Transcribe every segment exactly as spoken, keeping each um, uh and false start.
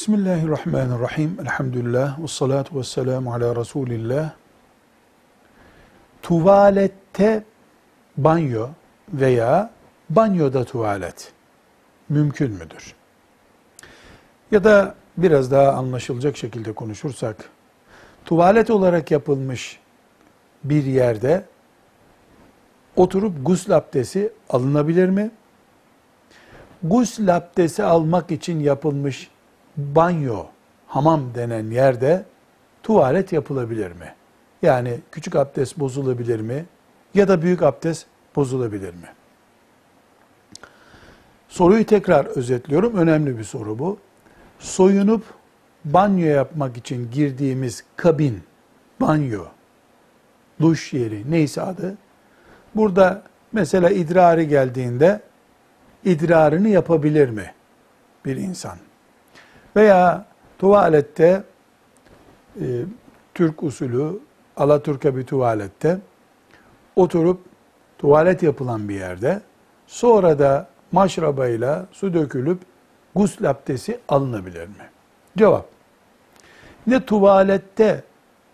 Bismillahirrahmanirrahim. Elhamdülillah. Ve salatu ve selamu ala Resulillah. Tuvalette banyo veya banyoda tuvalet mümkün müdür? Ya da biraz daha anlaşılacak şekilde konuşursak, tuvalet olarak yapılmış bir yerde oturup gusül abdesti alınabilir mi? Gusül abdesti almak için yapılmış banyo, hamam denen yerde tuvalet yapılabilir mi? Yani küçük abdest bozulabilir mi? Ya da büyük abdest bozulabilir mi? Soruyu tekrar özetliyorum. Önemli bir soru bu. Soyunup banyo yapmak için girdiğimiz kabin, banyo, duş yeri neyse adı, burada mesela idrarı geldiğinde idrarını yapabilir mi bir insan? Veya tuvalette e, Türk usulü alaturka bir tuvalette oturup tuvalet yapılan bir yerde sonra da maşrabayla su dökülüp gusül abdesti alınabilir mi? Cevap: ne tuvalette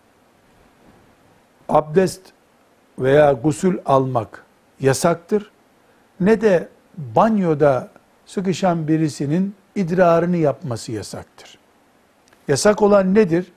abdest veya gusül almak yasaktır, ne de banyoda sıkışan birisinin idrarını yapması yasaktır. Yasak olan nedir?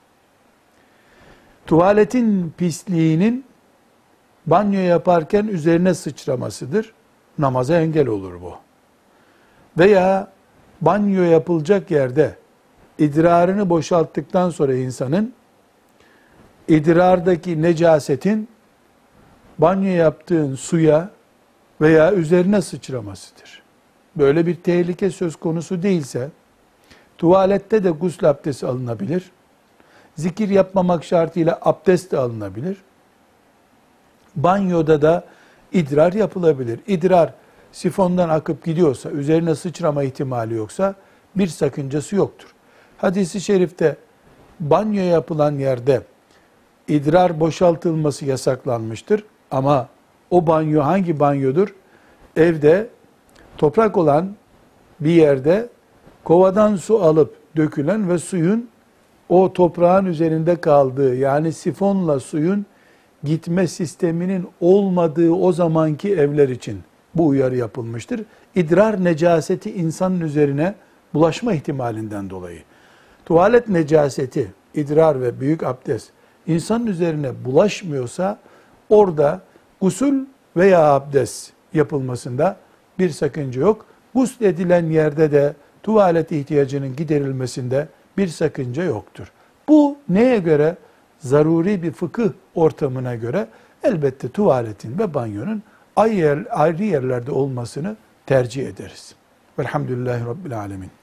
Tuvaletin pisliğinin banyo yaparken üzerine sıçramasıdır. Namaza engel olur bu. Veya banyo yapılacak yerde idrarını boşalttıktan sonra insanın idrardaki necasetin banyo yaptığın suya veya üzerine sıçramasıdır. Böyle bir tehlike söz konusu değilse, tuvalette de gusül abdesti alınabilir. Zikir yapmamak şartıyla abdest de alınabilir. Banyoda da idrar yapılabilir. İdrar sifondan akıp gidiyorsa, üzerine sıçrama ihtimali yoksa bir sakıncası yoktur. Hadis-i şerifte banyo yapılan yerde idrar boşaltılması yasaklanmıştır. Ama o banyo hangi banyodur? Evde toprak olan bir yerde kovadan su alıp dökülen ve suyun o toprağın üzerinde kaldığı, yani sifonla suyun gitme sisteminin olmadığı o zamanki evler için bu uyarı yapılmıştır. İdrar necaseti insanın üzerine bulaşma ihtimalinden dolayı. Tuvalet necaseti, idrar ve büyük abdest insanın üzerine bulaşmıyorsa orada gusül veya abdest yapılmasında bir sakınca yok. Gusül edilen yerde de tuvalet ihtiyacının giderilmesinde bir sakınca yoktur. Bu neye göre? Zaruri bir fıkıh ortamına göre elbette tuvaletin ve banyonun ayrı yerlerde olmasını tercih ederiz. Velhamdülillahi Rabbil Alemin.